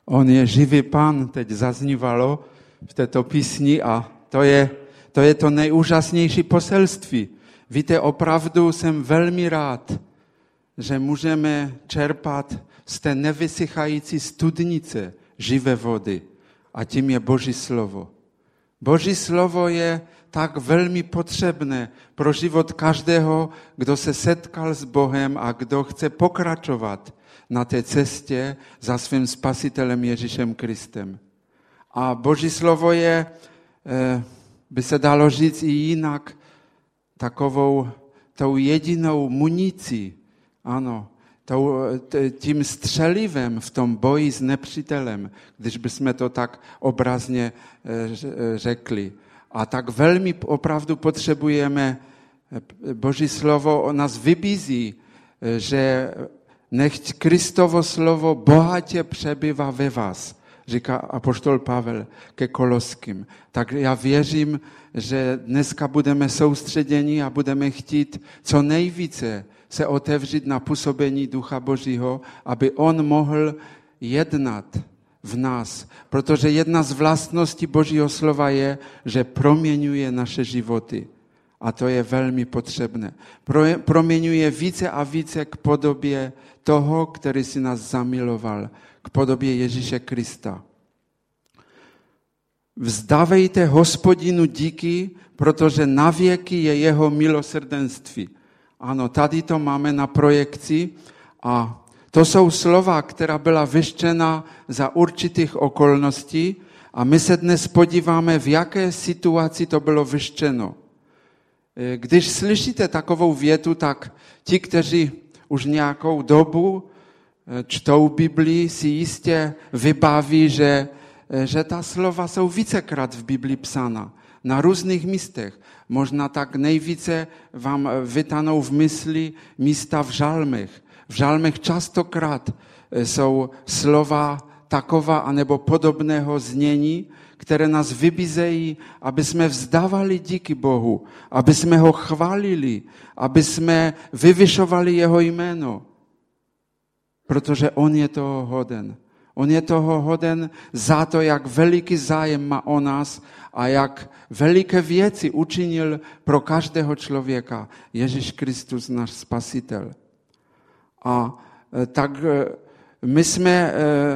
On je živý Pán, teď zaznívalo v této písni a to je to nejúžasnější poselství. Víte, opravdu jsem velmi rád, že můžeme čerpat z té nevysychající studnice živé vody a tím je Boží slovo. Boží slovo je tak velmi potřebné pro život každého, kdo se setkal s Bohem a kdo chce pokračovat na té cestě za svým spasitelem Ježíšem Kristem. A Boží slovo je, by se dalo říct i jinak, takovou tou jedinou municí, ano, tím střelivem v tom boji s nepřítelem, když bychom to tak obrazně řekli. A tak velmi opravdu potřebujeme, Boží slovo nás vybízí, že nechť Kristovo slovo bohatě přebývá ve vás, říká apoštol Pavel ke Koloským. Tak já věřím, že dneska budeme soustředěni a budeme chtít co nejvíce se otevřít na působení Ducha Božího, aby on mohl jednat v nás. Protože jedna z vlastností Božího slova je, že proměňuje naše životy. A to je velmi potřebné. Proměňuje více a více k podobě toho, který si nás zamiloval, k podobě Ježíše Krista. Vzdávejte Hospodinu díky, protože navěky je jeho milosrdenství. Ano, tady to máme na projekci a to jsou slova, která byla vyštěna za určitých okolností a my se dnes podíváme, v jaké situaci to bylo vyštěno. Když slyšíte takovou větu, tak ti, kteří už nějakou dobu čtou Biblii, si jistě vybaví, že ta slova jsou vícekrát v Biblii psána. Na různých místech. Možná tak nejvíce vám vytanou v mysli místa v žalmech. V žalmech častokrát jsou slova taková anebo podobného znění, které nás vybízejí, aby jsme vzdávali díky Bohu, aby jsme ho chválili, aby jsme vyvyšovali jeho jméno. Protože on je toho hoden. On je toho hoden za to, jak veliký zájem má o nás a jak veliké věci učinil pro každého člověka Ježíš Kristus, náš spasitel. A tak my jsme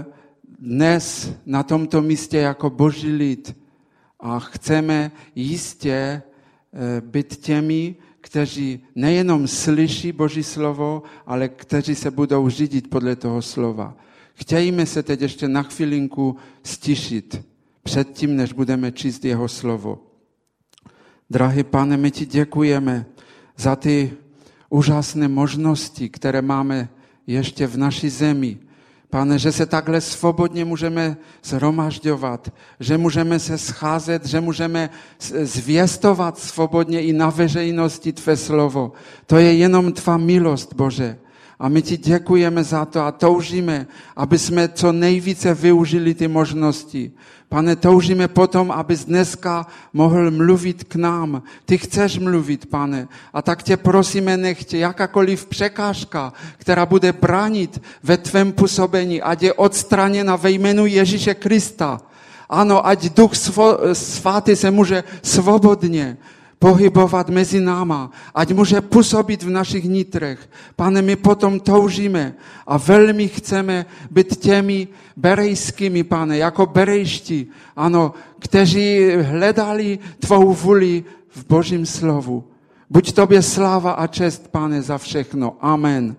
dnes na tomto místě jako Boží lid a chceme jistě být těmi, kteří nejenom slyší Boží slovo, ale kteří se budou řídit podle toho slova. Chtějme se teď ještě na chvilinku stišit předtím, než budeme číst jeho slovo. Drahý Pane, my ti děkujeme za ty úžasné možnosti, které máme ještě v naší zemi. Pane, že se takhle svobodně můžeme shromažďovat, že můžeme se scházet, že můžeme zvěstovat svobodně i na veřejnosti tvé slovo. To je jenom tvá milost, Bože. A my ti děkujeme za to a toužíme, aby jsme co nejvíce využili ty možnosti. Pane, toužíme potom, abys dneska mohl mluvit k nám. Ty chceš mluvit, Pane. A tak tě prosíme, nech tě jakákoliv překážka, která bude bránit ve tvém působení, ať je odstraněna ve jménu Ježíše Krista. Ano, ať Duch Svatý se může svobodně pohybovat mezi náma, ať může působit v našich nitrech. Pane, my potom toužíme a velmi chceme být těmi berejskými, Pane, jako berejští, ano, kteří hledali tvou vůli v Božím slovu. Buď tobě sláva a čest, Pane, za všechno. Amen.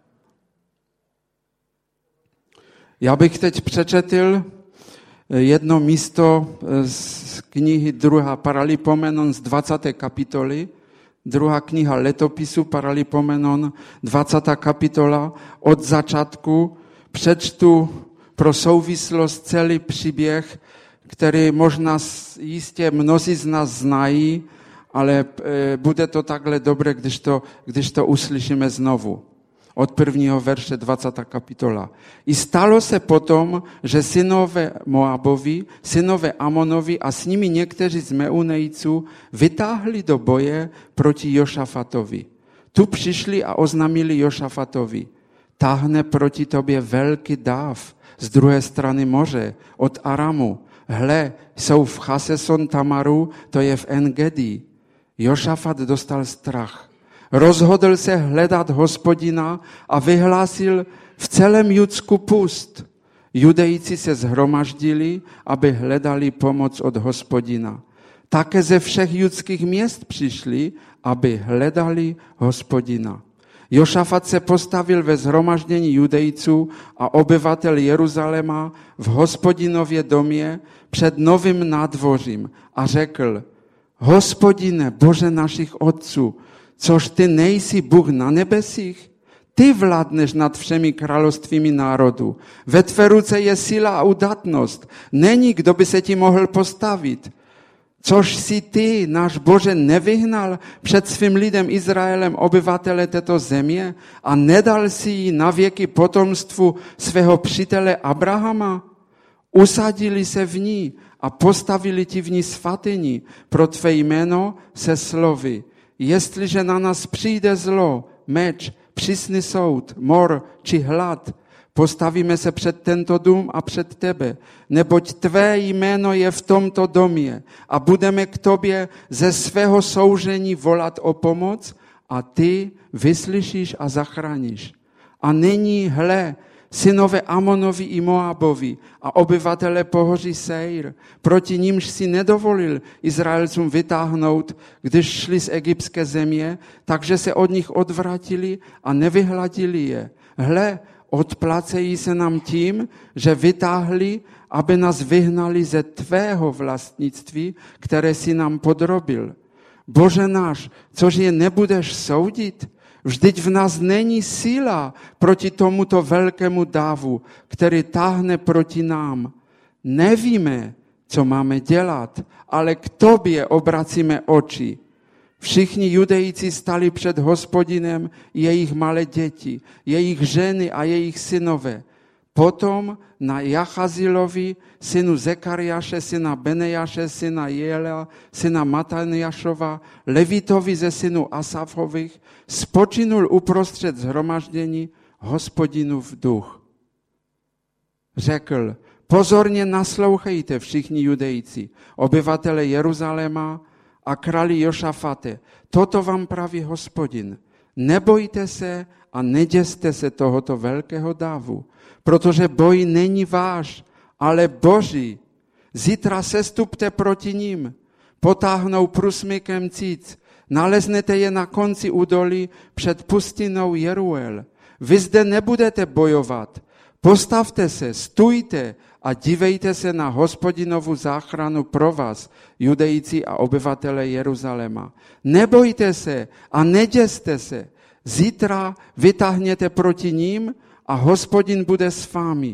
Já bych teď přečetl jedno místo z knihy 2. Paralipomenon z 20. kapitoly, 2. kniha letopisu Paralipomenon, 20. kapitola, od začátku přečtu pro souvislost celý příběh, který možná jistě mnozí z nás znají, ale bude to takhle dobré, když to uslyšíme znovu. Od 1. verše 20. kapitola. I stalo se potom, že synové Moabovi, synové Amonovi a s nimi někteří z Meunejců vytáhli do boje proti Jošafatovi. Tu přišli a oznámili Jošafatovi. Táhne proti tobě velký dáv z druhé strany moře, od Aramu. Hle, jsou v Chaseson Tamaru, to je v En-Gedi. Jošafat dostal strach. Rozhodl se hledat Hospodina a vyhlásil v celém Judsku pust. Judejci se shromaždili, aby hledali pomoc od Hospodina. Také ze všech judských měst přišli, aby hledali Hospodina. Jošafat se postavil ve shromaždění Judejců a obyvatel Jeruzaléma v Hospodinově domě před novým nádvořím a řekl: Hospodine, Bože našich otců, což ty nejsi Bůh na nebesích? Ty vládneš nad všemi královstvími národů. Ve tvé ruce je síla a udatnost. Není, kdo by se ti mohl postavit. Což si ty, náš Bože, nevyhnal před svým lidem Izraelem obyvatele této země a nedal si ji na věky potomstvu svého přítele Abrahama? Usadili se v ní a postavili ti v ní svatyni pro tvé jméno se slovy: jestliže na nás přijde zlo, meč, přísný soud, mor či hlad, postavíme se před tento dům a před tebe, neboť tvé jméno je v tomto domě a budeme k tobě ze svého soužení volat o pomoc a ty vyslyšíš a zachráníš. A nyní, hle, synové Amonovi i Moabovi a obyvatele pohoří Seir, proti nímž si nedovolil Izraelcům vytáhnout, když šli z egyptské země, takže se od nich odvratili a nevyhladili je. Hle, odplacejí se nám tím, že vytáhli, aby nás vyhnali ze tvého vlastnictví, které si nám podrobil. Bože náš, což je nebudeš soudit? Vždyť v nás není síla proti tomuto velkému dávu, který táhne proti nám. Nevíme, co máme dělat, ale k tobě obracíme oči. Všichni Judejci stali před Hospodinem, jejich malé děti, jejich ženy a jejich synové. Potom na Jachazilovi, synu Zekariáše, syna Benejaše, syna Jela, syna Mataniašova, Levitovi ze synu Asafových, spočinul uprostřed shromaždění Hospodinův duch. Řekl: pozorně naslouchejte všichni Judejci, obyvatele Jeruzaléma a králi Jošafate. Toto vám praví Hospodin. Nebojte se a neděste se tohoto velkého dávu, protože boj není váš, ale Boží. Zítra sestupte proti ním, potáhnou průsmykem cíc, naleznete je na konci údolí před pustinou Jeruel. Vy zde nebudete bojovat, postavte se, stůjte a dívejte se na Hospodinovu záchranu pro vás, Judejci a obyvatele Jeruzaléma. Nebojte se a neděste se. Zítra vytáhněte proti ním a Hospodin bude s vámi.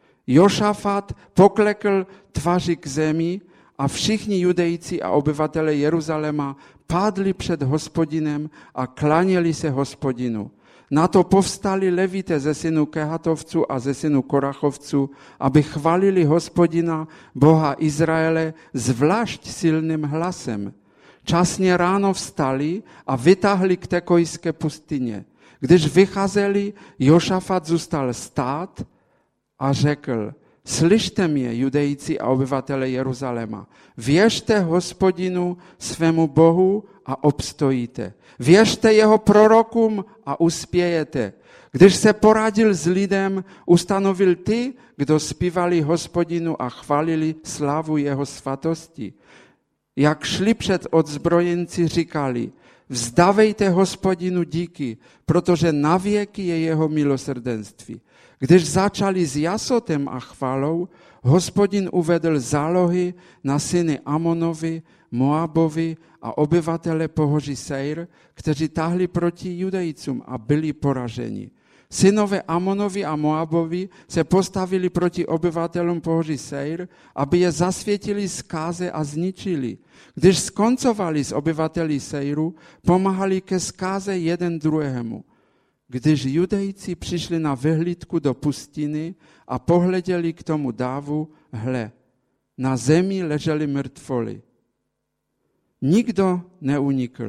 Jošafat poklekl tváří k zemi a všichni Judejci a obyvatele Jeruzaléma padli před Hospodinem a klaněli se Hospodinu. Na to povstali Levité ze synu Kehatovců a ze synu Korachovců, aby chválili Hospodina, Boha Izraele, zvlášť silným hlasem. Časně ráno vstali a vytáhli k tekojské pustyně. Když vycházeli, Jošafat zůstal stát a řekl: slyšte mě, Judejci a obyvatele Jeruzaléma, věřte Hospodinu svému Bohu a obstojíte. Věřte jeho prorokům a uspějete. Když se poradil s lidem, ustanovil ty, kdo zpívali Hospodinu a chválili slávu jeho svatosti. Jak šli před odzbrojenci, říkali: vzdávejte Hospodinu díky, protože navěky je jeho milosrdenství. Když začali s jasotem a chválou, Hospodin uvedl zálohy na syny Amonovi, Moabovi a obyvatele pohoří Seir, kteří táhli proti Judejcům a byli poraženi. Synové Amonovi a Moabovi se postavili proti obyvatelům pohoří Seir, aby je zasvětili zkáze a zničili. Když skoncovali s obyvateli Seiru, pomáhali ke zkáze jeden druhému. Když Judejci přišli na vyhlídku do pustiny a pohleděli k tomu dávu, hle, na zemi leželi mrtvoly. Nikdo neunikl,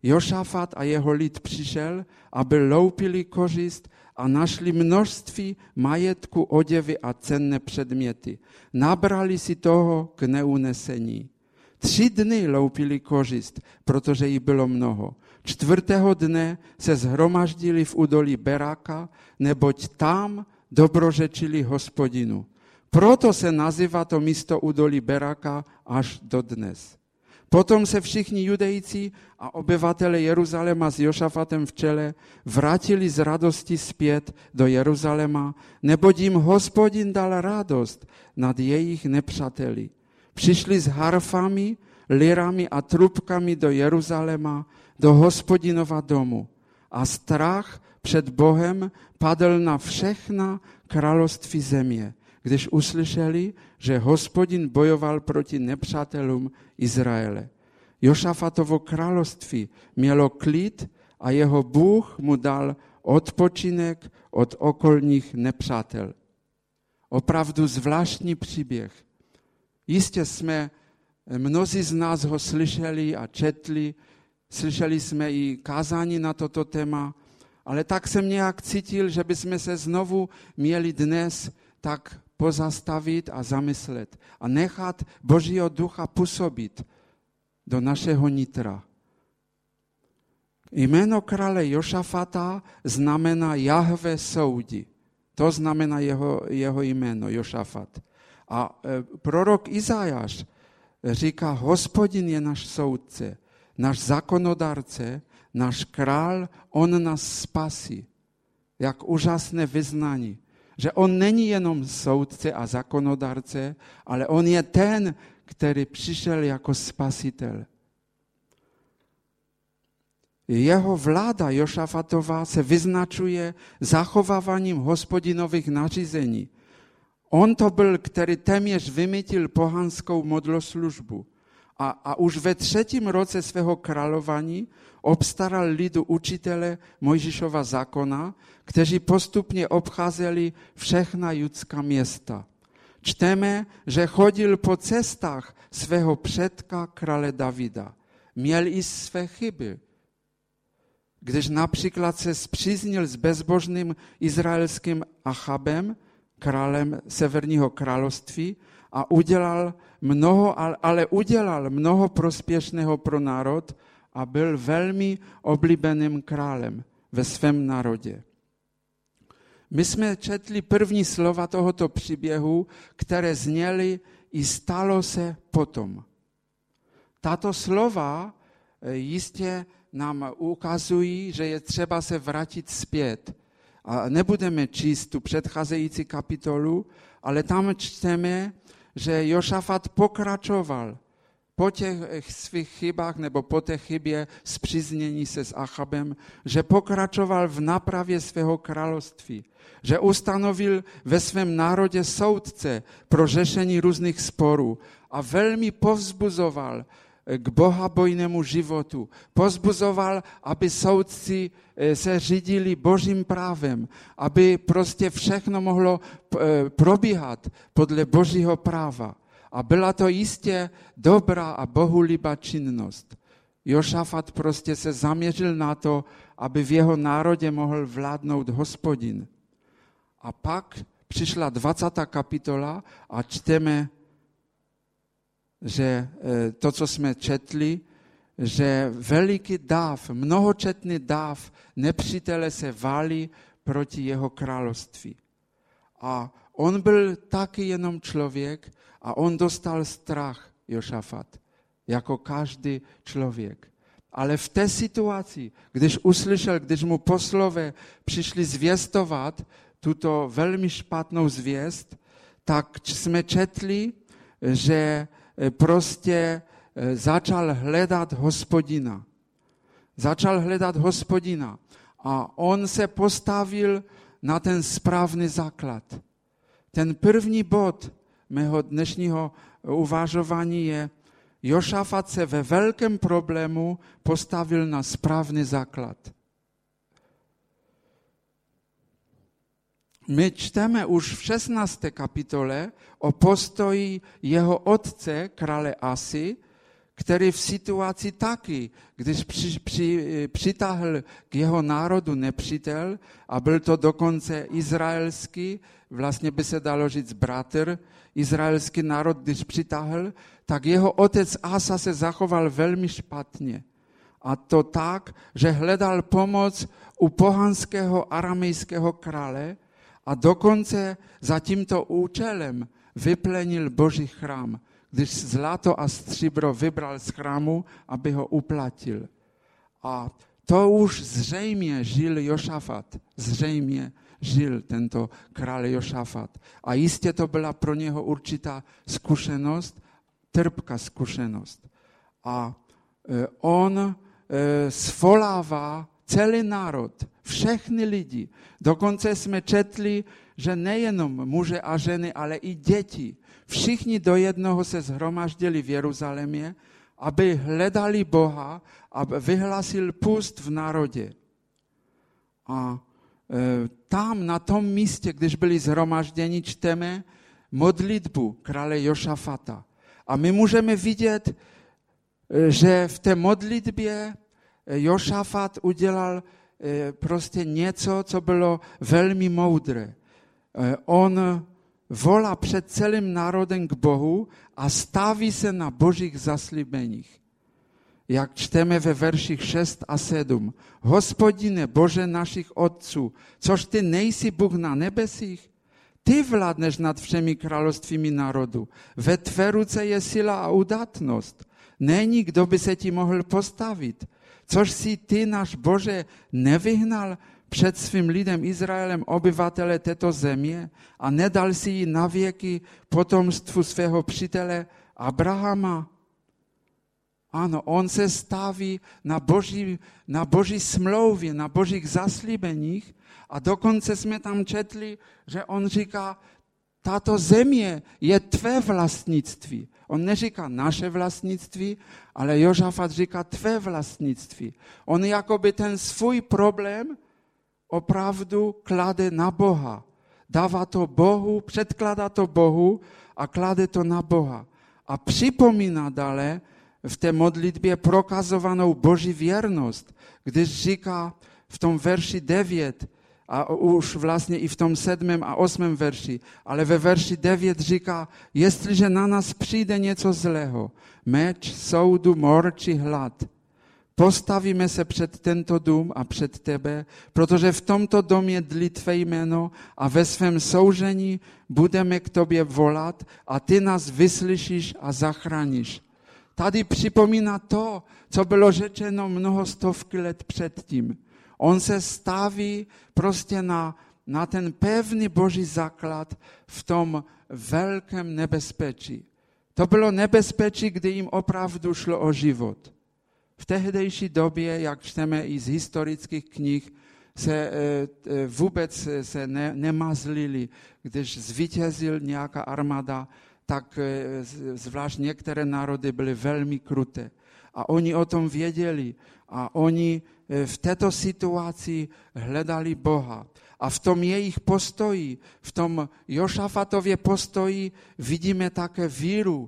Jošafat a jeho lid přišel, aby loupili kořist a našli množství majetku, oděvy a cenné předměty. Nabrali si toho k neunesení. 3 dny loupili kořist, protože jí bylo mnoho. 4. dne se shromaždili v údolí Beraka, neboť tam dobrořečili Hospodinu. Proto se nazývá to místo údolí Beraka až dodnes. Potom se všichni Judejci a obyvatele Jeruzaléma s Jošafatem v čele vrátili z radosti zpět do Jeruzaléma, neboť jim Hospodin dal radost nad jejich nepřáteli. Přišli s harfami, lirami a trubkami do Jeruzaléma, do Hospodinova domu. A strach před Bohem padl na všechna království země, když uslyšeli, že Hospodin bojoval proti nepřátelům Izraele. Jošafatovo království mělo klid a jeho Bůh mu dal odpočinek od okolních nepřátel. Opravdu zvláštní příběh. Jistě jsme, mnozí z nás ho slyšeli a četli, slyšeli jsme i kázání na toto téma, ale tak jsem nějak cítil, že bychom se znovu měli dnes tak pozastavit a zamyslet a nechat Božího ducha působit do našeho nitra. Jméno krále Jošafata znamená Jahve soudí. To znamená jeho jméno, Jošafat. A prorok Izajáš říká, Hospodin je náš soudce, náš zákonodárce, náš král, on nás spasí. Jak úžasné vyznání, že on není jenom soudce a zákonodárce, ale on je ten, který přišel jako spasitel. Jeho vláda Jošafatová se vyznačuje zachováváním Hospodinových nařízení. On to byl, který téměř vymytil pohanskou modloslužbu. A už ve 3. roce svého králování obstaral lidu učitele Mojžíšova zákona, kteří postupně obcházeli všechna judská města. Čteme, že chodil po cestách svého předka krále Davida. Měl i své chyby. Když například se spříznil s bezbožným izraelským Achabem, králem Severního království, a udělal mnoho prospěšného pro národ a byl velmi oblíbeným králem ve svém národě. My jsme četli první slova tohoto příběhu, které zněly i stalo se potom. Tato slova jistě nám ukazují, že je třeba se vrátit zpět. A nebudeme číst tu předcházející kapitolu, ale tam čteme, že Jošafat pokračoval po těch svých chybách nebo po té chybě spříznění se s Achabem, že pokračoval v nápravě svého království, že ustanovil ve svém národě soudce pro řešení různých sporů a velmi povzbuzoval k bohabojnému životu. Pozbuzoval, aby soudci se řídili Božím právem, aby prostě všechno mohlo probíhat podle Božího práva. A byla to jistě dobrá a bohulibá činnost. Jošafat prostě se zaměřil na to, aby v jeho národě mohl vládnout Hospodin. A pak přišla 20. kapitola a čteme, že to, co jsme četli, že veliký dáv, mnohočetný dáv nepřítele se válí proti jeho království. A on byl taky jenom člověk a on dostal strach, Jošafat, jako každý člověk. Ale v té situaci, když mu poslové přišli zvěstovat tuto velmi špatnou zvěst, tak jsme četli, že prostě začal hledat Hospodina. Začal hledat Hospodina a on se postavil na ten správný základ. Ten první bod mého dnešního uvažování je, Jošafat se ve velkém problému postavil na správný základ. My čteme už v 16. kapitole o postoji jeho otce, krále Asy, který v situaci taky, když přitáhl k jeho národu nepřítel, a byl to dokonce izraelský, vlastně by se dalo říct bratr, izraelský národ, když přitáhl, tak jeho otec Asa se zachoval velmi špatně. A to tak, že hledal pomoc u pohanského aramejského krále a dokonce za tímto účelem vyplenil Boží chrám, když zlato a stříbro vybral z chrámu, aby ho uplatil. A to už zřejmě žil Jošafat, zřejmě žil tento král Jošafat. A jistě to byla pro něho určitá zkušenost, trpká zkušenost. A on svolává celý národ, všechny lidi. Dokonce jsme četli, že nejenom muže a ženy, ale i děti. Všichni do jednoho se shromaždili v Jeruzalémě, aby hledali Boha a vyhlásil půst v národě. A tam na tom místě, když byli shromažděni, čteme modlitbu krále Jošafata. A my můžeme vidět, že v té modlitbě Jošafat udělal prostě něco, co bylo velmi moudré. On volá před celým národem k Bohu a staví se na Božích zaslíbeních. Jak čteme ve verších 6 a 7. Hospodine, Bože našich otců, což ty nejsi Bůh na nebesích? Ty vládneš nad všemi královstvími národů. Ve tvé ruce je síla a udatnost. Není, kdo by se ti mohl postavit. Což si ty, náš Bože, nevyhnal před svým lidem Izraelem obyvatele této země a nedal si ji na věky potomstvu svého přítele Abrahama. Ano, on se staví na boží smlouvě, na božích zaslíbeních a dokonce jsme tam četli, že on říká, tato země je tvé vlastnictví. On neříká naše vlastnictví, ale Jošafat říká tvé vlastnictví. On jakoby ten svůj problém opravdu klade na Boha. Dává to Bohu, předkládá to Bohu a klade to na Boha. A připomíná dále v té modlitbě prokazovanou Boží věrnost, když říká v tom verši 9, a už vlastně i v tom 7. a 8. verši, ale ve verši 9 říká, jestliže na nás přijde něco zlého, meč, soudu, mor či hlad, postavíme se před tento dům a před tebe, protože v tomto domě dlí tvé jméno a ve svém soužení budeme k tobě volat a ty nás vyslyšíš a zachráníš. Tady připomíná to, co bylo řečeno mnoho stovky let předtím. On se staví prostě na ten pevný Boží základ v tom velkém nebezpečí. To bylo nebezpečí, kdy jim opravdu šlo o život. V tehdejší době, jak čteme i z historických knih, se vůbec se nemazlili. Když zvítězil nějaká armáda, tak zvlášť některé národy byly velmi kruté. A oni o tom věděli a oni v této situaci hledali Boha. A v tom jejich postoji, v tom Jošafatově postoji vidíme také víru,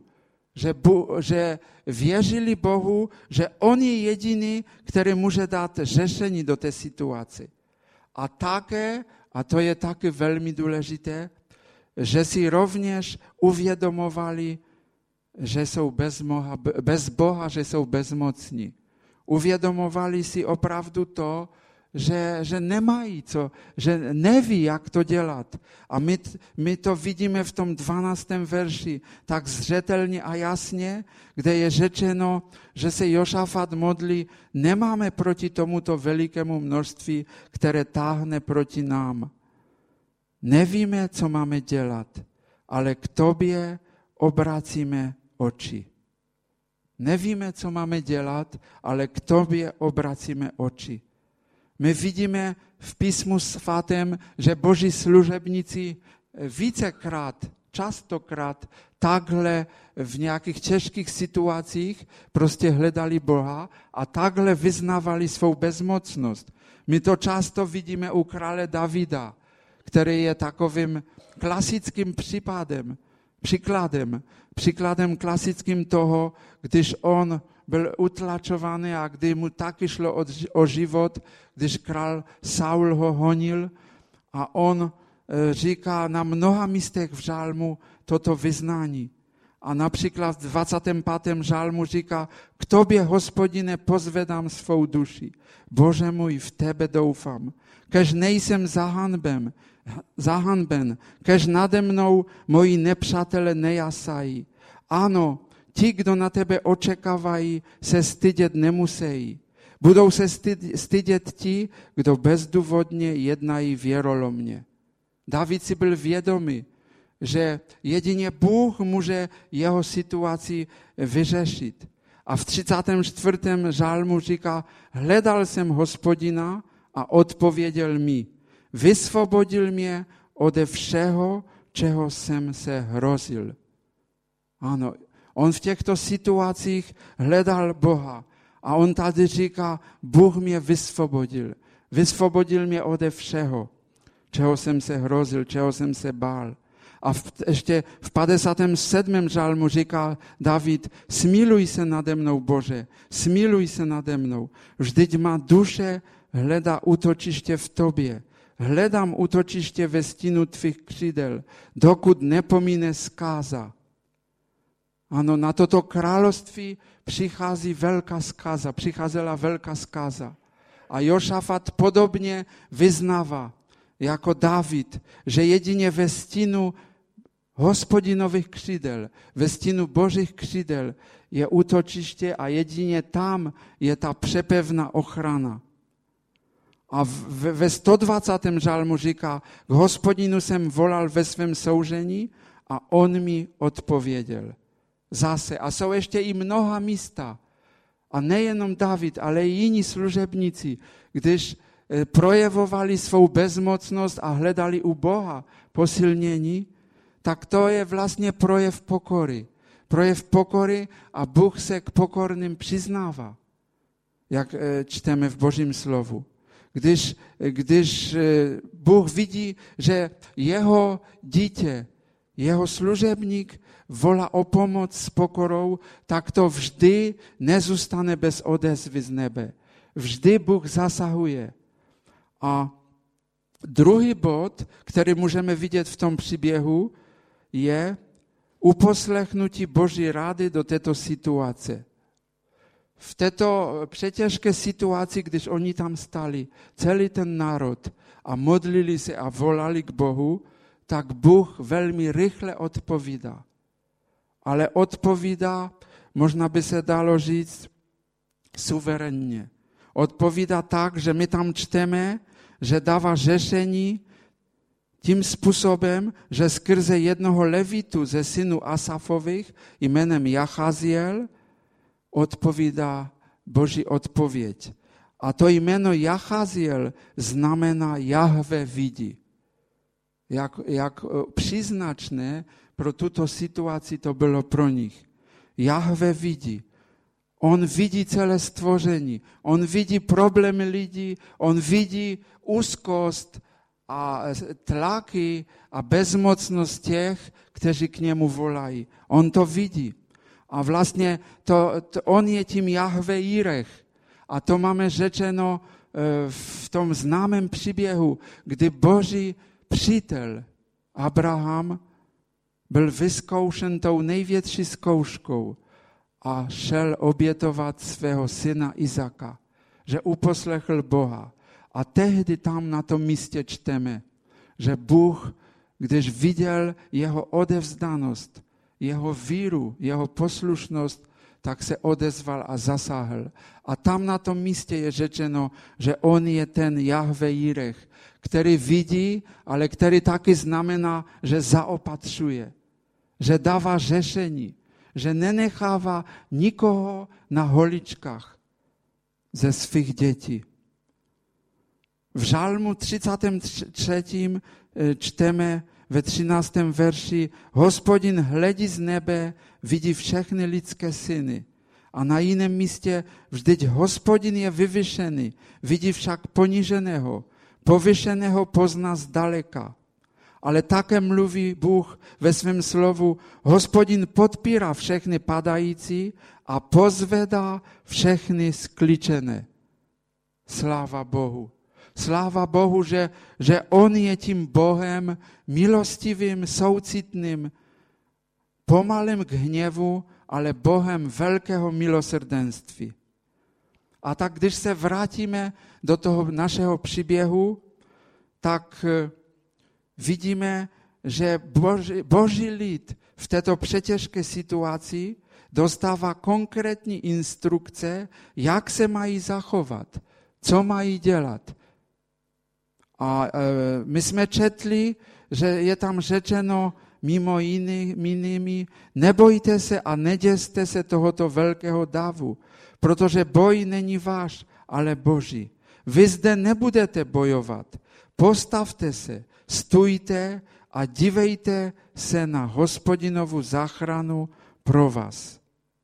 že věřili Bohu, že on je jediný, který může dát řešení do té situace. A také, a to je taky velmi důležité, že si rovněž uvědomovali, že jsou bez Boha, že jsou bezmocní. Uvědomovali si opravdu to, že nemají co, že neví, jak to dělat. A my to vidíme v tom 12. verši tak zřetelně a jasně, kde je řečeno, že se Jošafat modlí, nemáme proti tomuto velikému množství, které táhne proti nám. Nevíme, co máme dělat, ale k tobě obracíme oči. Nevíme, co máme dělat, ale k tobě obracíme oči. My vidíme v písmu svatém, že boží služebníci vícekrát, častokrát takhle v nějakých těžkých situacích prostě hledali Boha a takhle vyznávali svou bezmocnost. My to často vidíme u krále Davida, který je takovým klasickým případem, Przykładem klasickým toho, když on byl utlačovaný a kdy mu taky šlo o život, když král Saul ho honil a on říká na mnoha místech v žalmu toto vyznání. A například v 25. žalmu říká, k tobě, Hospodine, pozvedám svou duši. Bože můj, v tebe doufám. Kež nejsem zahanben, kež nade mnou moji nepřátelé nejasají. Ano, ti, kdo na tebe očekávají, se stydět nemusí. Budou se stydět ti, kdo bezdůvodně jednají věrolomně. David si byl vědomý, že jedině Bůh může jeho situaci vyřešit. A v 34. žalmu říká, hledal jsem Hospodina a odpověděl mi. Vysvobodil mě ode všeho, čeho jsem se hrozil. Ano, on v těchto situacích hledal Boha. A on tady říká, Bůh mě vysvobodil. Vysvobodil mě ode všeho, čeho jsem se hrozil, čeho jsem se bál. A ještě v 57. žalmu říká David, smiluj se nade mnou, Bože, smiluj se nade mnou. Vždyť má duše hledá útočiště v tobě. Hledám útočiště ve stínu tvých křídel, dokud nepomíne zkáza. Ano, na toto království přicházela velká zkáza. A Jošafat podobně vyznává, jako David, že jedině ve stínu Hospodinových křídel, ve stínu Božích křídel je útočiště a jedině tam je ta přepevná ochrana. A ve 120. žalmu říká, k Hospodinu jsem volal ve svém soužení a on mi odpověděl. Zase. A jsou ještě i mnoha místa. A nejenom David, ale i jiní služebníci, když projevovali svou bezmocnost a hledali u Boha posilnění, tak to je vlastně projev pokory. Projev pokory a Bůh se k pokorným přiznává, jak čteme v Božím slovu. Když Bůh vidí, že jeho dítě, jeho služebník volá o pomoc s pokorou, tak to vždy nezůstane bez odezvy z nebe. Vždy Bůh zasahuje. A druhý bod, který můžeme vidět v tom příběhu, je uposlechnutí Boží rady do této situace. V této přetěžké situaci, když oni tam stali, celý ten národ a modlili se a volali k Bohu, tak Bůh velmi rychle odpovídá. Ale odpovídá, možná by se dalo říct, suverénně. Odpovídá tak, že my tam čteme, že dává řešení tím způsobem, že skrze jednoho levitu ze synů Asafových jménem Jachaziel odpovídá Boží odpověď. A to jméno Jachaziel znamená Jahve vidí. Jak příznačné pro tuto situaci to bylo pro nich. Jahve vidí. On vidí celé stvoření. On vidí problémy lidí. On vidí úzkost a tlaky a bezmocnost těch, kteří k němu volají. On to vidí. A vlastně on je tím Jahve Jirech. A to máme řečeno v tom známém příběhu, kdy Boží přítel Abraham byl vyzkoušen tou největší zkouškou a šel obětovat svého syna Izaka, že uposlechl Boha. A tehdy tam na tom místě čteme, že Bůh, když viděl jeho odevzdanost, jeho víru, jeho poslušnost, tak se odezval a zasáhl. A tam na tom místě je řečeno, že on je ten Jahve Jirech, který vidí, ale který taky znamená, že zaopatřuje, že dává řešení, že nenechává nikoho na holičkách ze svých dětí. V žalmu 33. čteme ve 13. verši, Hospodin hledí z nebe, vidí všechny lidské syny. A na jiném místě, vždyť Hospodin je vyvyšený, vidí však poníženého, povyšeného pozná zdaleka. Ale také mluví Bůh ve svém slovu, Hospodin podpírá všechny padající a pozvedá všechny skličené. Sláva Bohu. Sláva Bohu, že On je tím Bohem milostivým, soucitným, pomalým k hněvu, ale Bohem velkého milosrdenství. A tak když se vrátíme do toho našeho příběhu, tak vidíme, že Boží lid v této přetěžké situaci dostává konkrétní instrukce, jak se mají zachovat, co mají dělat. A my jsme četli, že je tam řečeno mimo jinými, nebojte se a neděste se tohoto velkého davu, protože boj není váš, ale Boží. Vy zde nebudete bojovat. Postavte se, stůjte a dívejte se na Hospodinovu záchranu pro vás.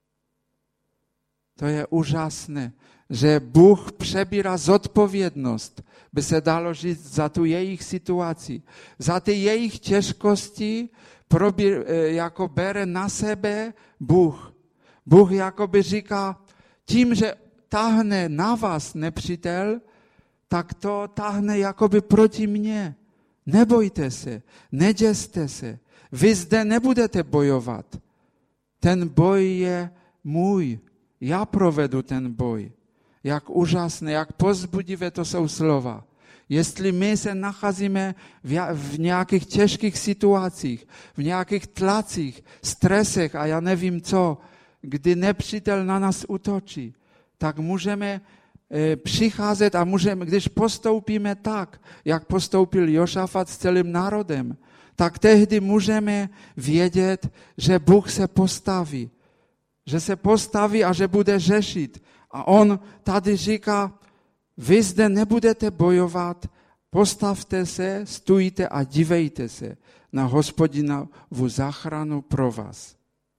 To je úžasné, že Bůh přebírá zodpovědnost, by se dalo říct, za tu jejich situaci, za ty jejich těžkosti, jako bere na sebe Bůh. Bůh jakoby říká, tím, že táhne na vás nepřítel, tak to táhne jakoby proti mně. Nebojte se, neděste se. Vy zde nebudete bojovat. Ten boj je můj. Já provedu ten boj. Jak úžasné, jak povzbudivé to jsou slova. Jestli my se nacházíme v nějakých těžkých situacích, v nějakých tlacích, stresech a já nevím co, kdy nepřítel na nás útočí, tak můžeme přicházet a když postoupíme tak, jak postoupil Jošafat s celým národem, tak tehdy můžeme vědět, že Bůh se postaví. Že se postaví a že bude řešit. A on tady říká, vy zde nebudete bojovat, postavte se, stůjte a dívejte se na Hospodinovu záchranu pro vás.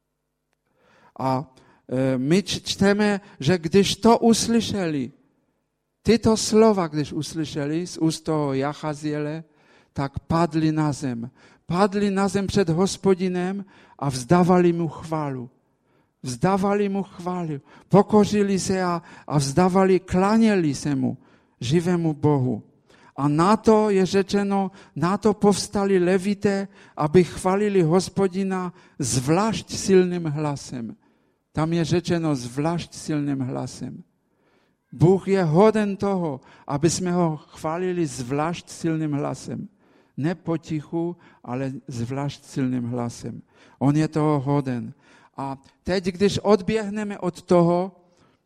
A my čteme, že když to uslyšeli, tyto slova, když uslyšeli z úst toho Jachaziele, tak padli na zem. Padli na zem před Hospodinem a vzdávali mu chválu. Vzdávali mu chválu, pokořili se a vzdávali, klaněli se mu, živému Bohu. A na to je řečeno, na to povstali levité, aby chválili Hospodina zvlášť silným hlasem. Tam je řečeno zvlášť silným hlasem. Bůh je hoden toho, aby jsme ho chválili zvlášť silným hlasem. Ne potichu, ale zvlášť silným hlasem. On je toho hoden. A teď, když odběhneme od toho,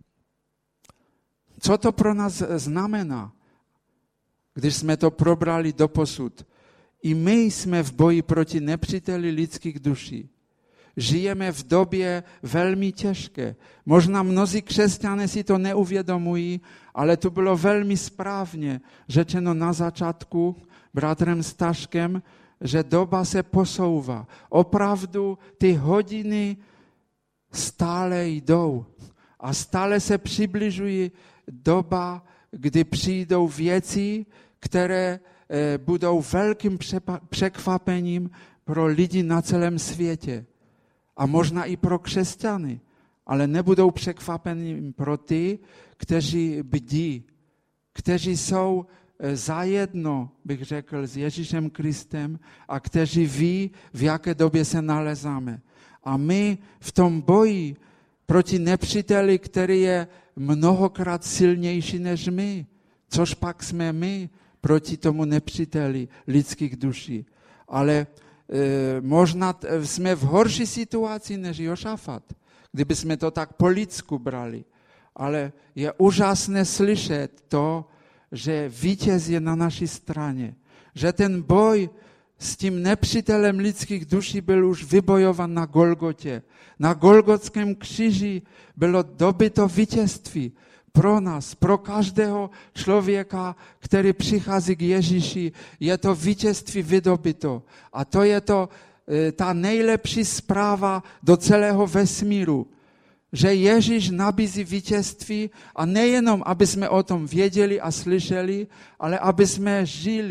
co to pro nás znamená, když jsme to probrali doposud. I my jsme v boji proti nepříteli lidských duší. Žijeme v době velmi těžké. Možná mnozí křesťané si to neuvědomují, ale to bylo velmi správně řečeno na začátku bratrem Staškem, že doba se posouvá. Opravdu ty hodiny stále jdou a stále se přibližují doba, kdy přijdou věci, které budou velkým překvapením pro lidi na celém světě. A možná i pro křesťany, ale nebudou překvapením pro ty, kteří bdí, kteří jsou zajedno, bych řekl, s Ježíšem Kristem a kteří ví, v jaké době se nalezáme. A my v tom boji proti nepříteli, který je mnohokrát silnější než my, což pak jsme my proti tomu nepříteli lidských duší. Ale možná jsme v horší situaci než Jošafat, kdyby jsme to tak po lidsku brali. Ale je úžasné slyšet to, že vítěz je na naší straně. Že ten boj s tím nepřítelem lidských duší byl už vybojovan na Golgotě. Na Golgotském kříži bylo dobyto vítězství pro nás, pro každého člověka, který přichází k Ježíši. Je to vítězství vydobyto. A to je ta nejlepší zpráva do celého vesmíru. Že Ježíš nabízí vítězství a nejenom, aby jsme o tom věděli a slyšeli, ale aby jsme žili,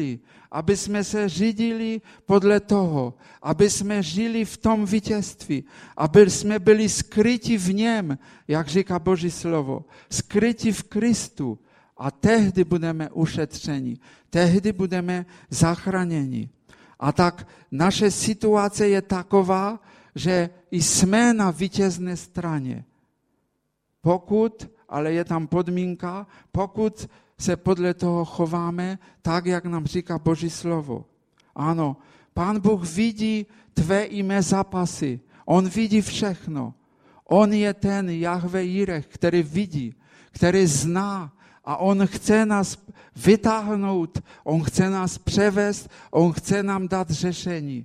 aby jsme se řídili podle toho, aby jsme žili v tom vítězství, aby jsme byli skryti v něm, jak říká Boží slovo, skryti v Kristu a tehdy budeme ušetřeni, tehdy budeme zachráněni. A tak naše situace je taková, že jsme na vítězné straně. Pokud, ale je tam podmínka, pokud se podle toho chováme tak, jak nám říká Boží slovo. Ano, Pán Bůh vidí tvé i mé zápasy. On vidí všechno. On je ten Jahve Jireh, který vidí, který zná a on chce nás vytáhnout, on chce nás převést, on chce nám dát řešení.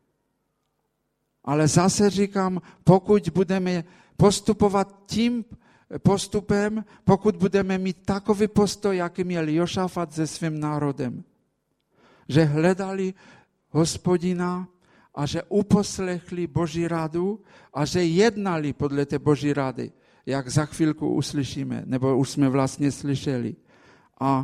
Ale zase říkám, pokud budeme postupovat tím postupem, pokud budeme mít takový postoj, jaký měl Jošafat se svým národem, že hledali Hospodina a že uposlechli Boží radu a že jednali podle té Boží rady, jak za chvilku uslyšíme, nebo už jsme vlastně slyšeli. A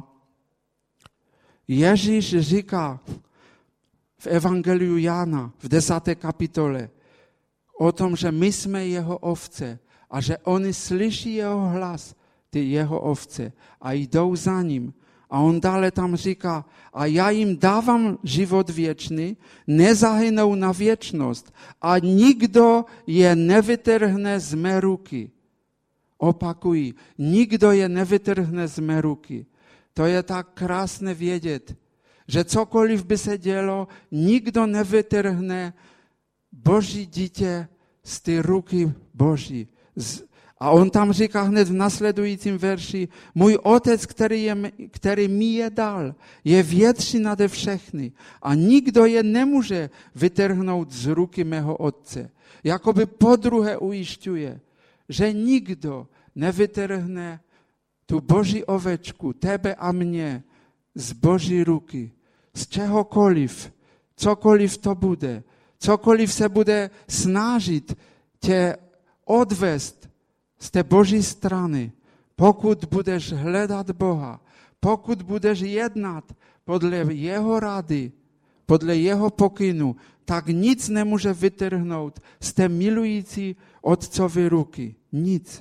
Ježíš říká v Evangeliu Jana v 10. kapitole o tom, že my jsme jeho ovce a že oni slyší jeho hlas, ty jeho ovce, a jdou za ním. A on dále tam říká, a já jim dávám život věčný, nezahynou na věčnost a nikdo je nevytrhne z mé ruky. Opakuji, nikdo je nevytrhne z mé ruky. To je tak krásné vědět, že cokoliv by se dělo, nikdo nevytrhne Boží dítě z té ruky Boží. A on tam říká hned v nasledujícím verši, můj otec, který mi je dal, je větší nade všechny a nikdo je nemůže vytrhnout z ruky mého otce. Jakoby podruhé ujišťuje, že nikdo nevytrhne tu Boží ovečku, tebe a mě, z Boží ruky, z čehokoliv, cokoliv to bude, cokoliv se bude snažit tě odvést z té Boží strany, pokud budeš hledat Boha, pokud budeš jednat podle jeho rady, podle jeho pokynu, tak nic nemůže vytrhnout z té milující otcovy ruky. Nic.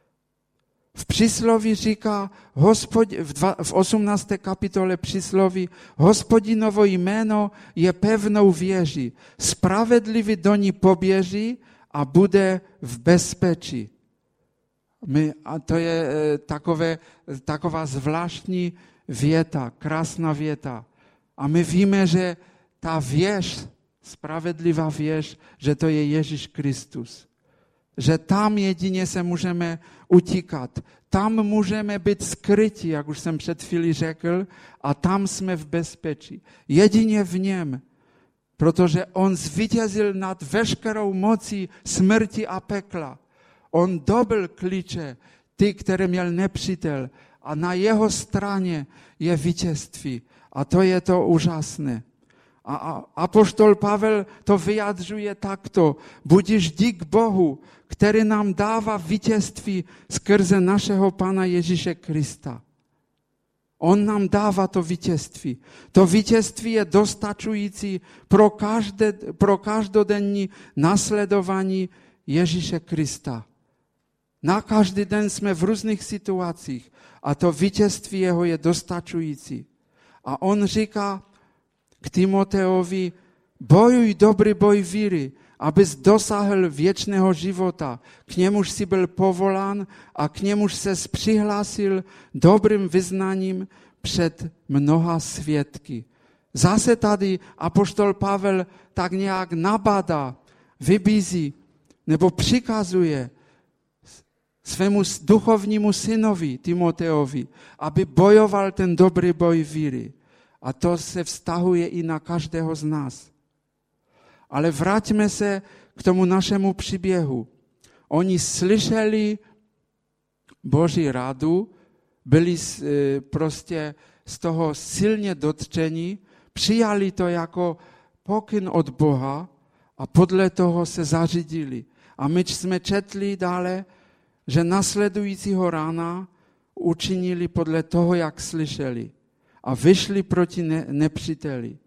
V přísloví říká, v 18. kapitole přísloví, Hospodinovo jméno je pevnou věží, spravedlivý do ní poběží a bude v bezpečí. A to je taková zvláštní věta, krásná věta. A my víme, že ta věž, spravedlivá věž, že to je Ježíš Kristus. Že tam jedině se můžeme utíkat. Tam můžeme být skryti, jak už jsem před chvílí řekl, a tam jsme v bezpečí. Jedině v něm. Protože on zvítězil nad veškerou mocí smrti a pekla. On dobyl klíče, ty, které měl nepřítel, a na jeho straně je vítězství. A to je to úžasné. A apoštol Pavel to vyjadřuje takto. Budiš dík Bohu, který nám dává vítězství skrze našeho Pána Ježíše Krista. On nám dává to vítězství. To vítězství je dostačující pro každodenní nasledování Ježíše Krista. Na každý den jsme v různých situacích a to vítězství jeho je dostačující. A on říká k Timoteovi, bojuj dobrý boj víry, abys dosáhl věčného života. K němuž jsi byl povolán a k němuž ses přihlásil dobrým vyznaním před mnoha svědky. Zase tady apoštol Pavel tak nějak nabádá, vybízí nebo přikazuje svému duchovnímu synovi Timoteovi, aby bojoval ten dobrý boj víry. A to se vztahuje i na každého z nás. Ale vraťme se k tomu našemu příběhu. Oni slyšeli Boží radu, byli prostě z toho silně dotčeni, přijali to jako pokyn od Boha a podle toho se zařídili. A my jsme četli dále, že nasledujícího rána učinili podle toho, jak slyšeli. a vyšli proti nepříteli.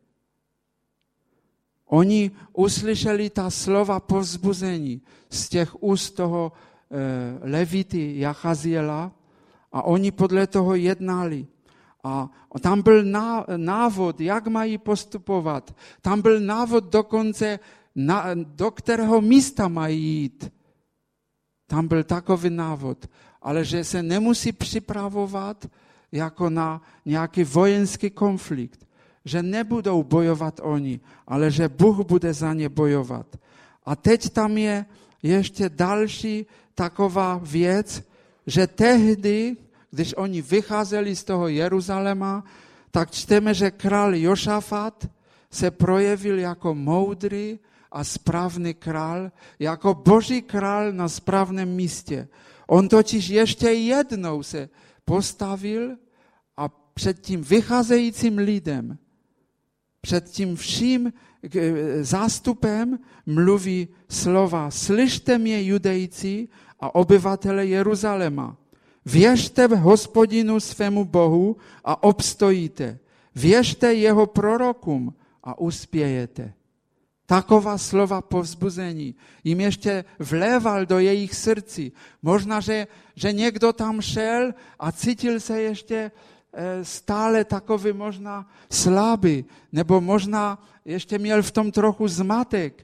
Oni uslyšeli ta slova povzbuzení z těch úst toho Levity Jachaziela a oni podle toho jednali. A tam byl návod, jak mají postupovat. Tam byl návod dokonce, do kterého místa mají jít. Tam byl takový návod. Ale že se nemusí připravovat jako na nějaký vojenský konflikt. Že nebudou bojovat oni, ale že Bůh bude za ně bojovat. A teď tam je ještě další taková věc, že tehdy, když oni vycházeli z toho Jeruzaléma, tak čteme, že král Jošafat se projevil jako moudrý a správný král, jako boží král na správném místě. On totiž ještě jednou se postavil a před tím vycházejícím lidem, před tím vším zástupem mluví slova: Slyšte mě, Judejci a obyvatele Jeruzaléma. Věřte Hospodinu svému Bohu a obstojíte. Věřte jeho prorokům a uspějete. Taková slova povzbuzení jim ještě vléval do jejich srdcí. Možná, že někdo tam šel a cítil se ještě stále takový možná slabý, nebo možná ještě měl v tom trochu zmatek.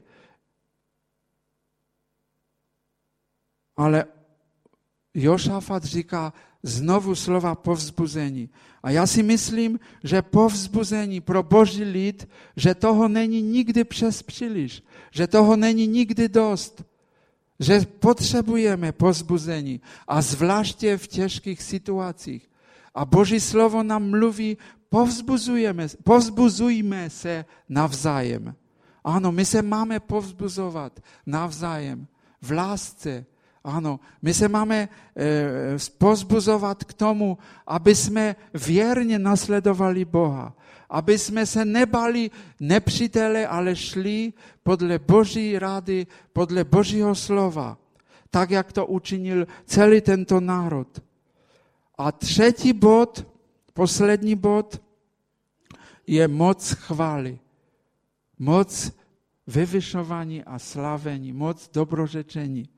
Ale Jošafat říká znovu slova povzbuzení. A já si myslím, že povzbuzení pro boží lid, že toho není nikdy přes příliš, že toho není nikdy dost, že potřebujeme povzbuzení a zvláště v těžkých situacích. A Boží slovo nám mluví, povzbuzujme se navzájem. Ano, my se máme povzbuzovat navzájem v lásce. Ano, my se máme povzbuzovat k tomu, aby jsme věrně nasledovali Boha. Aby jsme se nebali nepřítele, ale šli podle Boží rady, podle Božího slova. Tak, jak to učinil celý tento národ. A třetí bod, poslední bod, je moc chvály. Moc vyvyšování a slavení, moc dobrořečení.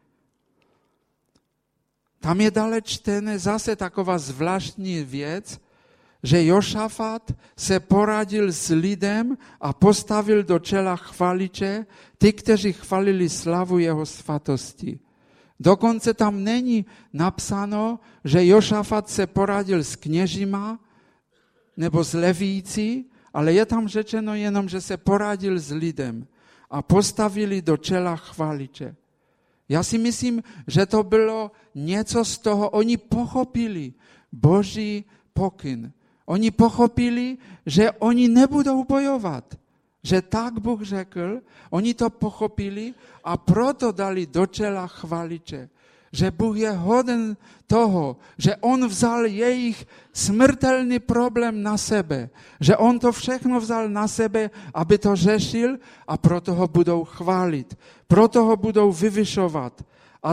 Tam je dále čtené zase taková zvláštní věc, že Jošafat se poradil s lidem a postavil do čela chvaliče, ty, kteří chvalili slavu jeho svatosti. Dokonce tam není napsáno, že Jošafat se poradil s kněžima nebo s levíci, ale je tam řečeno jenom, že se poradil s lidem a postavili do čela chvaliče. Já si myslím, že to bylo něco z toho, oni pochopili Boží pokyn. Oni pochopili, že oni nebudou bojovat. Že tak Bůh řekl, oni to pochopili a proto dali do čela chvaliče. Že Bůh je hoden toho, že on vzal jejich smrtelný problém na sebe. Že on to všechno vzal na sebe, aby to řešil a proto ho budou chválit. Proto ho budou vyvyšovat. A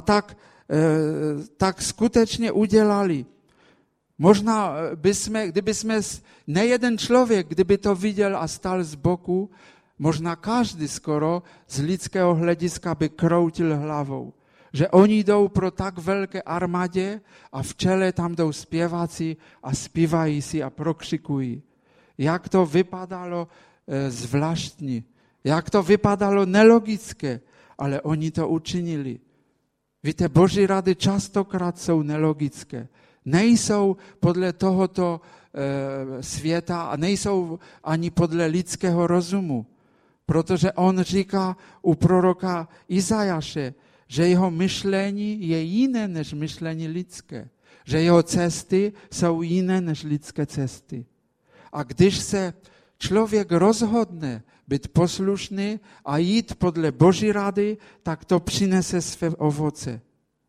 tak skutečně udělali. Možná kdyby jsme nejeden člověk, kdyby to viděl a stál z boku, možná každý skoro z lidského hlediska by kroutil hlavou. Že oni jdou pro tak velké armádě a v čele tam jdou zpěváci a zpívají si a prokřikují. Jak to vypadalo zvláštní, jak to vypadalo nelogické, ale oni to učinili. Víte, Boží rady častokrát jsou nelogické. Nejsou podle tohoto světa a nejsou ani podle lidského rozumu. Protože on říká u proroka Izajaše, že jeho myšlení je jiné než myšlení lidské. Že jeho cesty jsou jiné než lidské cesty. A když se člověk rozhodne být poslušný a jít podle Boží rady, tak to přinese své ovoce.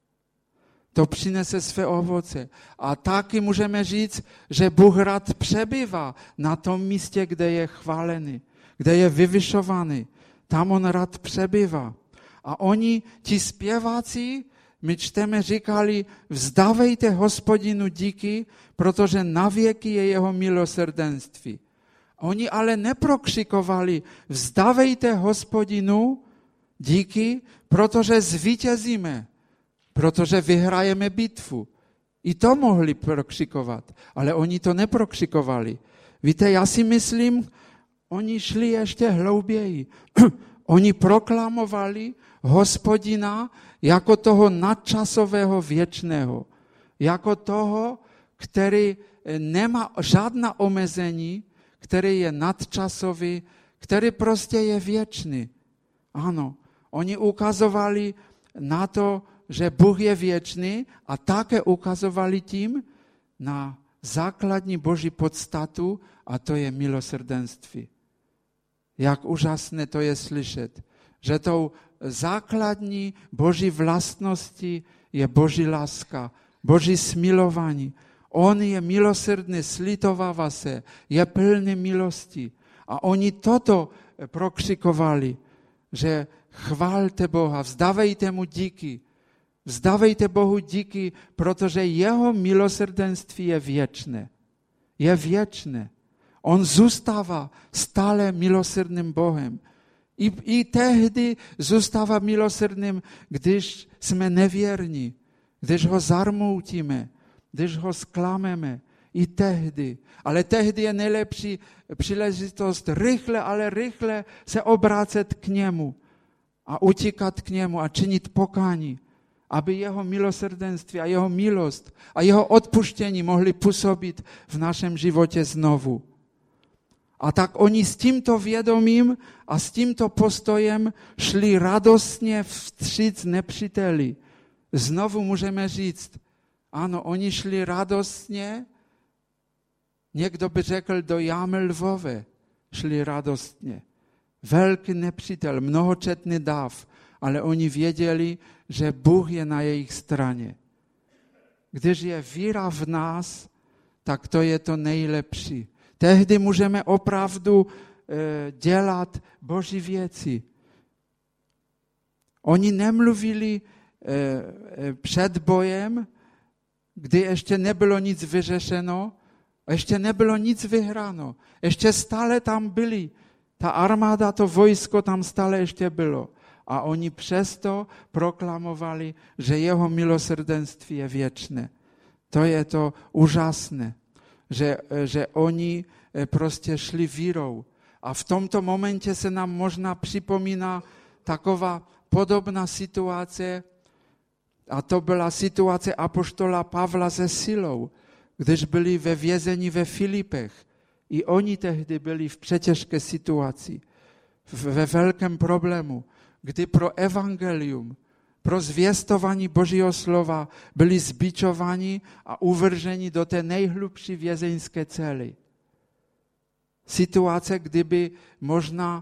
To přinese své ovoce. A taky můžeme říct, že Bůh rád přebývá na tom místě, kde je chválený, kde je vyvyšovaný. Tam on rád přebývá. A oni, ti zpěváci, my čteme, říkali, vzdávejte Hospodinu díky, protože na věky je jeho milosrdenství. Oni ale neprokřikovali, vzdávejte Hospodinu díky, protože zvítězíme, protože vyhrajeme bitvu. I to mohli prokřikovat, ale oni to neprokřikovali. Víte, já si myslím, oni šli ještě hlouběji. Oni proklamovali Hospodina jako toho nadčasového věčného, jako toho, který nemá žádná omezení, který je nadčasový, který prostě je věčný. Ano, oni ukazovali na to, že Bůh je věčný a také ukazovali tím na základní Boží podstatu a to je milosrdenství. Jak úžasné to je slyšet, že tou základní Boží vlastností je Boží láska, Boží smilování. On je milosrdný, slitovává se, je plný milosti. A oni toto prokřikovali, že chválte Boha, vzdávejte mu díky. Vzdávejte Bohu díky, protože jeho milosrdenství je věčné. Je věčné. On zůstává stále milosrdným Bohem. I tehdy zůstává milosrdným, když jsme nevěrní, když ho zarmoutíme, když ho zklameme. I tehdy. Ale tehdy je nejlepší příležitost rychle se obrácet k němu a utíkat k němu a činit pokání, aby jeho milosrdenství a jeho milost a jeho odpuštění mohli působit v našem životě znovu. A tak oni s tímto vědomím a s tímto postojem šli radostně vstříc nepříteli. Znovu můžeme říct, ano, oni šli radostně, někdo by řekl do jámy lvové, šli radostně. Velký nepřítel, mnohočetný dáv, ale oni věděli, že Bůh je na jejich straně. Když je víra v nás, tak to je to nejlepší. Tehdy můžeme opravdu dělat Boží věci. Oni nemluvili před bojem, kdy ještě nebylo nic vyřešeno, ještě nebylo nic vyhráno. Ještě stále tam byli. Ta armáda, to vojsko tam stále ještě bylo. A oni přesto proklamovali, že jeho milosrdenství je věčné. To je to úžasné, že oni prostě šli vírou. A v tomto momentě se nám možná připomíná taková podobná situace, a to byla situace apoštola Pavla se Silou, když byli ve vězení ve Filipech. I oni tehdy byli v přetěžké situaci, ve velkém problému, kdy pro evangelium, pro zvěstování Božího slova byli zbičováni a uvrženi do té nejhlubší vězeňské cely. Situace, kdyby možná,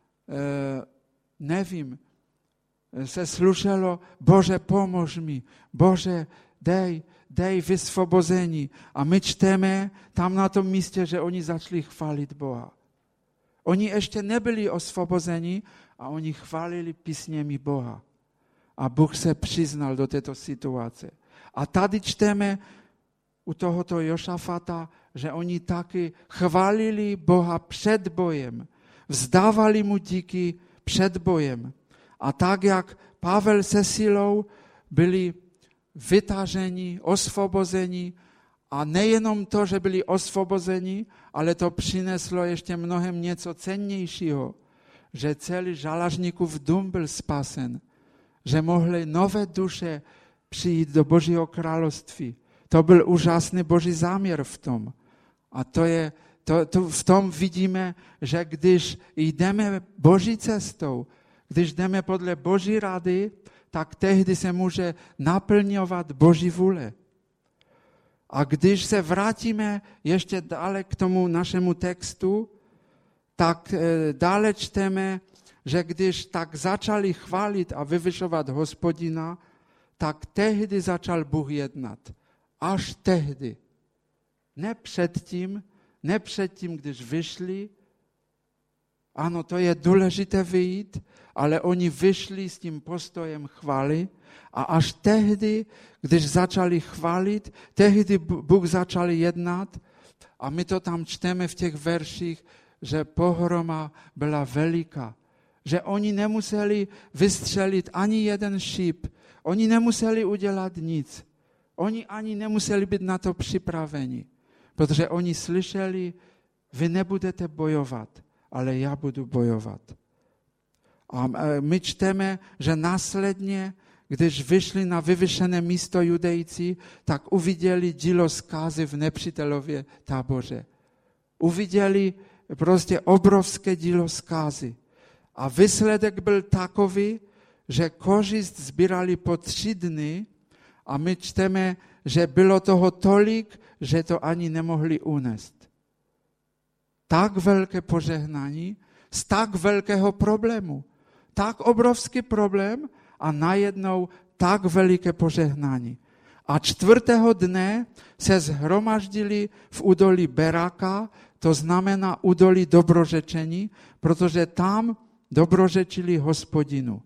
nevím, se slušelo, Bože, pomož mi, Bože, dej vysvobození. A my čteme tam na tom místě, že oni začali chválit Boha. Oni ještě nebyli osvobozeni a oni chválili písněmi Boha. A Bůh se přiznal do této situace. A tady čteme u tohoto Jošafata, že oni taky chválili Boha před bojem. Vzdávali mu díky před bojem. A tak, jak Pavel se Silou byli vytaženi, osvobozeni a nejenom to, že byli osvobozeni, ale to přineslo ještě mnohem něco cennějšího, že celý Žalažníkův dům byl spasen, že mohly nové duše přijít do Božího království. To byl úžasný Boží záměr v tom. A v tom vidíme, že když jdeme Boží cestou, když jdeme podle Boží rady, tak tehdy se může naplňovat Boží vůle. A když se vrátíme ještě dále k tomu našemu textu, tak dále čteme, že když tak začali chválit a vyvyšovat Hospodina, tak tehdy začal Bůh jednat. Až tehdy. Ne předtím, když vyšli, Ano, to je důležité vyjít, ale oni vyšli s tím postojem chvály a až tehdy, když začali chválit, tehdy Bůh začal jednat a my to tam čteme v těch verších, že pohroma byla veliká, že oni nemuseli vystřelit ani jeden šíp, oni nemuseli udělat nic, oni ani nemuseli být na to připraveni, protože oni slyšeli, vy nebudete bojovat, ale já budu bojovat. A my čteme, že následně, když vyšli na vyvyšené místo Judejci, tak uviděli dílo zkázy v nepřítelově táboře. Uviděli prostě obrovské dílo zkázy. A výsledek byl takový, že kořist sbírali po 3 dny a my čteme, že bylo toho tolik, že to ani nemohli unést. Tak velké požehnání z tak velkého problému. Tak obrovský problém a najednou tak veliké požehnání. A 4. dne se shromaždili v údolí Beraka, to znamená údolí dobrořečení, protože tam dobrořečili Hospodinu.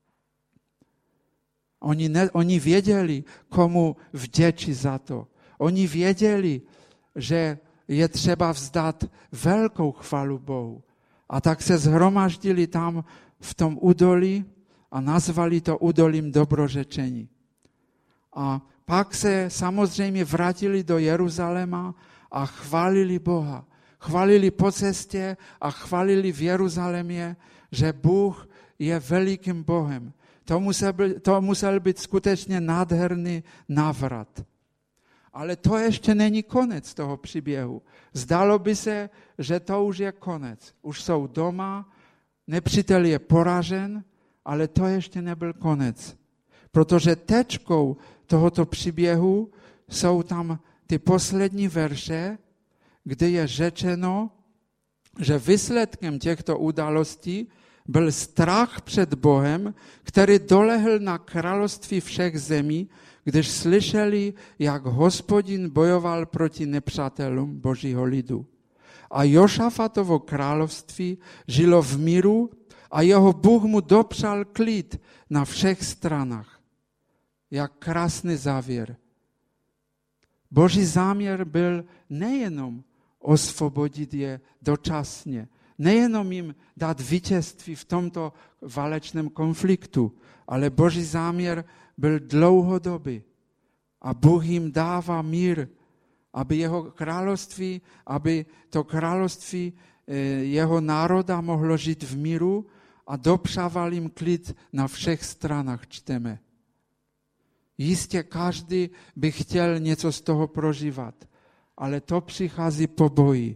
Oni věděli, komu vděčí za to. Oni věděli, že je třeba vzdát velkou chvalu Bohu. A tak se shromaždili tam v tom údolí a nazvali to údolím dobrořečení. A pak se samozřejmě vrátili do Jeruzaléma a chválili Boha. Chválili po cestě a chválili v Jeruzalémě, že Bůh je velikým Bohem. To musel být skutečně nádherný návrat. Ale to ještě není konec toho příběhu. Zdalo by se, že to už je konec. Už jsou doma, nepřítel je poražen, ale to ještě nebyl konec. Protože tečkou tohoto příběhu jsou tam ty poslední verše, kde je řečeno, že výsledkem těchto událostí byl strach před Bohem, který dolehl na království všech zemí, když slyšeli, jak Hospodin bojoval proti nepřátelům Božího lidu. A Jošafatovo království žilo v míru a jeho Bůh mu dopřál klid na všech stranách. Jak krásný závěr. Boží záměr byl nejenom osvobodit je dočasně, nejenom jim dát vítězství v tomto válečném konfliktu, ale Boží záměr byl dlouhodobý. A Bůh jim dává mír, aby jeho království, aby to království jeho národa mohlo žít v míru a dopřával jim klid na všech stranách, čteme. Jistě každý by chtěl něco z toho prožívat, ale to přichází po boji.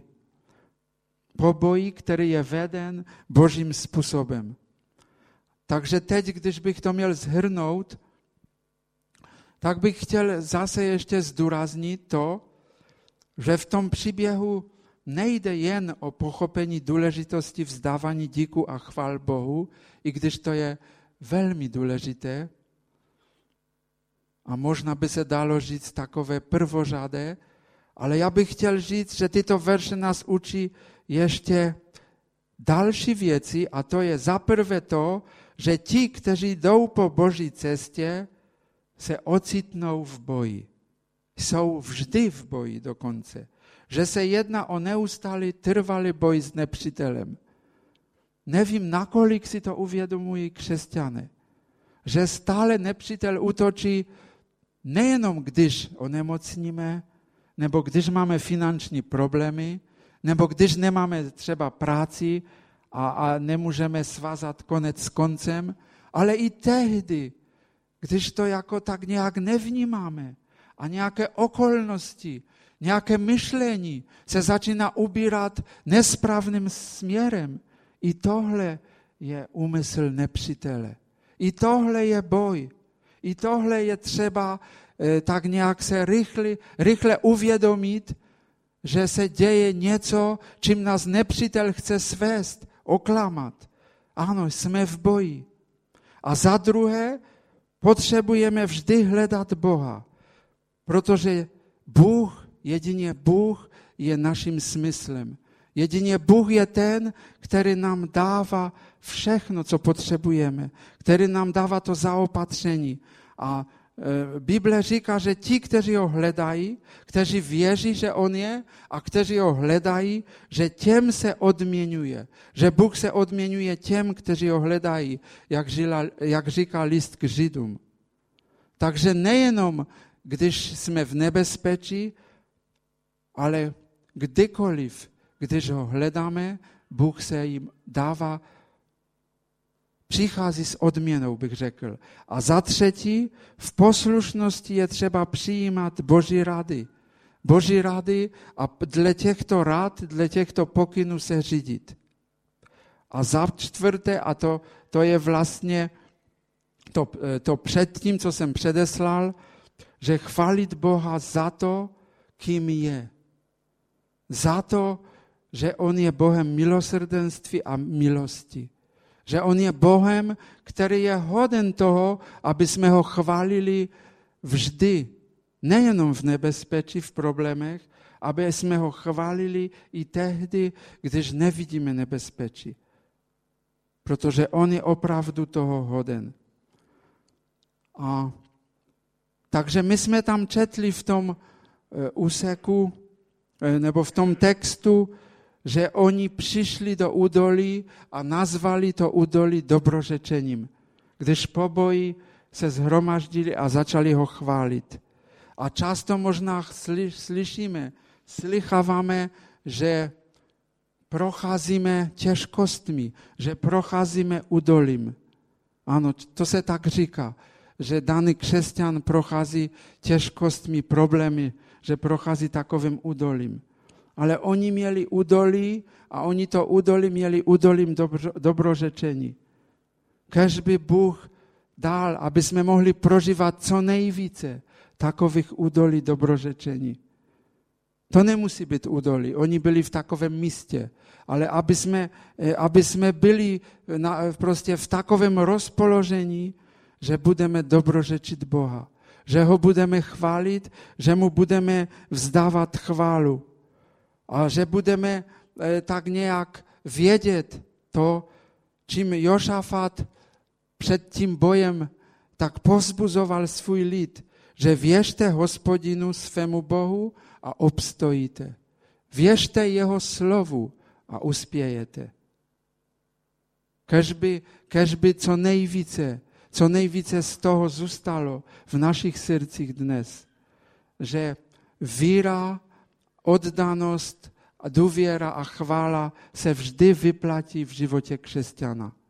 Po boji, který je veden Božím způsobem. Takže teď, když bych to měl shrnout, tak bych chtěl zase ještě zdůraznit to, že v tom příběhu nejde jen o pochopení důležitosti vzdávání díku a chvál Bohu, i když to je velmi důležité, a možná by se dalo říct takové prvořadé, ale já bych chtěl říct, že tyto verše nás učí ještě další věci, a to je zaprvé to, že ti, kteří jdou po Boží cestě, se ocitnou v boji. Jsou vždy v boji dokonce. Že se jedná o neustálý trvalý boj s nepřítelem. Nevím, nakolik si to uvědomují křesťané. Že stále nepřítel útočí nejenom když onemocníme, nebo když máme finanční problémy, nebo když nemáme třeba práci a nemůžeme svázat konec s koncem, ale i tehdy, když to jako tak nějak nevnímáme a nějaké okolnosti, nějaké myšlení se začíná ubírat nesprávným směrem. I tohle je úmysl nepřítele. I tohle je boj. I tohle je třeba tak nějak se rychle uvědomit, že se děje něco, čím nás nepřítel chce svést, oklamat. Ano, jsme v boji. A za druhé, potřebujeme vždy hledat Boha, protože Bůh, jedině Bůh je naším smyslem. Jedině Bůh je ten, který nám dává všechno, co potřebujeme, který nám dává to zaopatření. A Bible říká, že ti, kteří ho hledají, kteří věří, že on je a kteří ho hledají, že těm se odměňuje. Že Bůh se odměňuje těm, kteří ho hledají, jak říká list k Židům. Takže nejenom, když jsme v nebezpečí, ale kdykoliv, když ho hledáme, Bůh se jim dává, přichází s odměnou, bych řekl. A za třetí, v poslušnosti je třeba přijímat Boží rady. Boží rady a dle těchto rad, dle těchto pokynů se řídit. A za čtvrté, a to je vlastně to před tím, co jsem předeslal, že chválit Boha za to, kým je. Za to, že on je Bohem milosrdenství a milosti. Že on je Bohem, který je hoden toho, aby jsme ho chválili vždy. Nejenom v nebezpečí, v problémech, aby jsme ho chválili i tehdy, když nevidíme nebezpečí. Protože on je opravdu toho hoden. A takže my jsme tam četli v tom úseku, nebo v tom textu, že oni přišli do údolí a nazvali to údolí dobrořečením. Když po boji se shromaždili a začali ho chválit. A často možná slycháváme, že procházíme těžkostmi, že procházíme údolím. Ano, to se tak říká, že daný křesťan prochází těžkostmi, problémy, že prochází takovým údolím. Ale oni měli údolí a oni to údolí měli údolím dobrořečení. Kéž by Bůh dal, aby jsme mohli prožívat co nejvíce takových údolí dobrořečení. To nemusí být údolí, oni byli v takovém místě, ale aby jsme byli prostě v takovém rozpoložení, že budeme dobrořečit Boha, že ho budeme chválit, že mu budeme vzdávat chválu a že budeme tak nějak vědět to, čím Jošafat před tím bojem tak povzbuzoval svůj lid, že věřte Hospodinu svému Bohu a obstojíte. Věřte jeho slovu a uspějete. Kéž by co nejvíce z toho zůstalo v našich srdcích dnes, že víra, oddanost, důvěra a chvála se vždy vyplatí v životě křesťana.